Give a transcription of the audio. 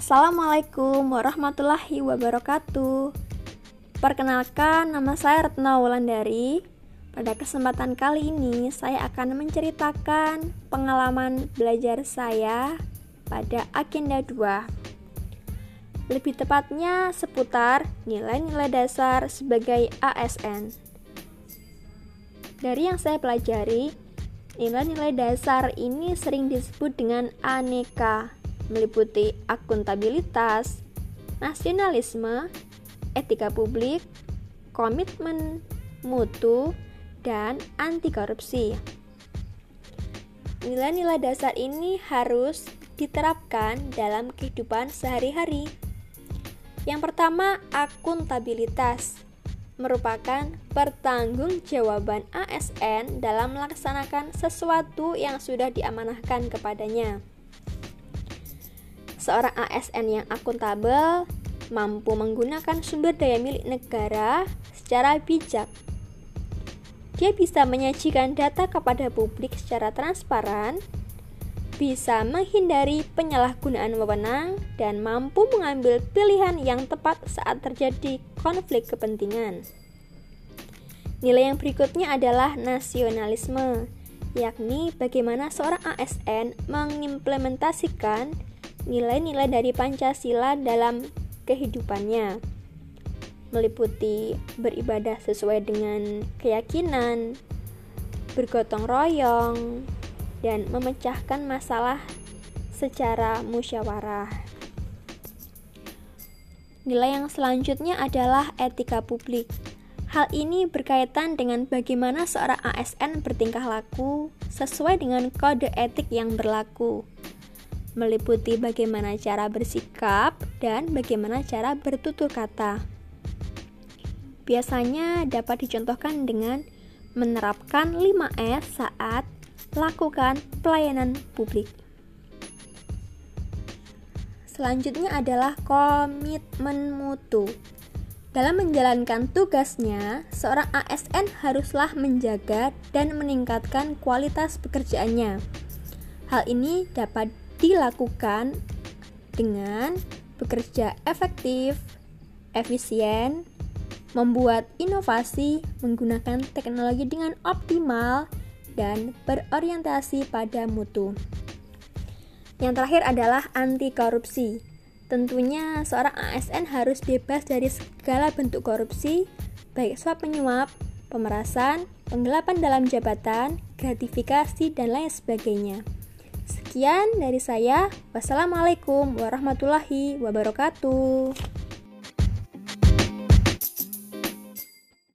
Assalamualaikum warahmatullahi wabarakatuh. Perkenalkan, nama saya Retno Wulandari. Pada kesempatan kali ini, saya akan menceritakan pengalaman belajar saya pada Agenda 2. Lebih tepatnya seputar nilai-nilai dasar sebagai ASN. Dari yang saya pelajari, nilai-nilai dasar ini sering disebut dengan aneka, meliputi akuntabilitas, nasionalisme, etika publik, komitmen, mutu, dan anti korupsi. Nilai-nilai dasar ini harus diterapkan dalam kehidupan sehari-hari. Yang pertama, akuntabilitas merupakan pertanggungjawaban ASN dalam melaksanakan sesuatu yang sudah diamanahkan kepadanya. Seorang ASN yang akuntabel mampu menggunakan sumber daya milik negara secara bijak. Dia bisa menyajikan data kepada publik secara transparan, bisa menghindari penyalahgunaan wewenang, dan mampu mengambil pilihan yang tepat saat terjadi konflik kepentingan. Nilai yang berikutnya adalah nasionalisme, yakni bagaimana seorang ASN mengimplementasikan nilai-nilai dari Pancasila dalam kehidupannya, meliputi beribadah sesuai dengan keyakinan, bergotong royong, dan memecahkan masalah secara musyawarah. Nilai yang selanjutnya adalah etika publik. Hal ini berkaitan dengan bagaimana seorang ASN bertingkah laku sesuai dengan kode etik yang berlaku, meliputi bagaimana cara bersikap dan bagaimana cara bertutur kata. Biasanya dapat dicontohkan dengan menerapkan 5S saat lakukan pelayanan publik. Selanjutnya adalah komitmen mutu. Dalam menjalankan tugasnya, seorang ASN haruslah menjaga dan meningkatkan kualitas pekerjaannya. Hal ini dapat dilakukan dengan bekerja efektif, efisien, membuat inovasi, menggunakan teknologi dengan optimal, dan berorientasi pada mutu. Yang terakhir adalah anti korupsi. Tentunya seorang ASN harus bebas dari segala bentuk korupsi, baik suap menyuap, pemerasan, penggelapan dalam jabatan, gratifikasi, dan lain sebagainya. Sekian dari saya. Wassalamualaikum warahmatullahi wabarakatuh.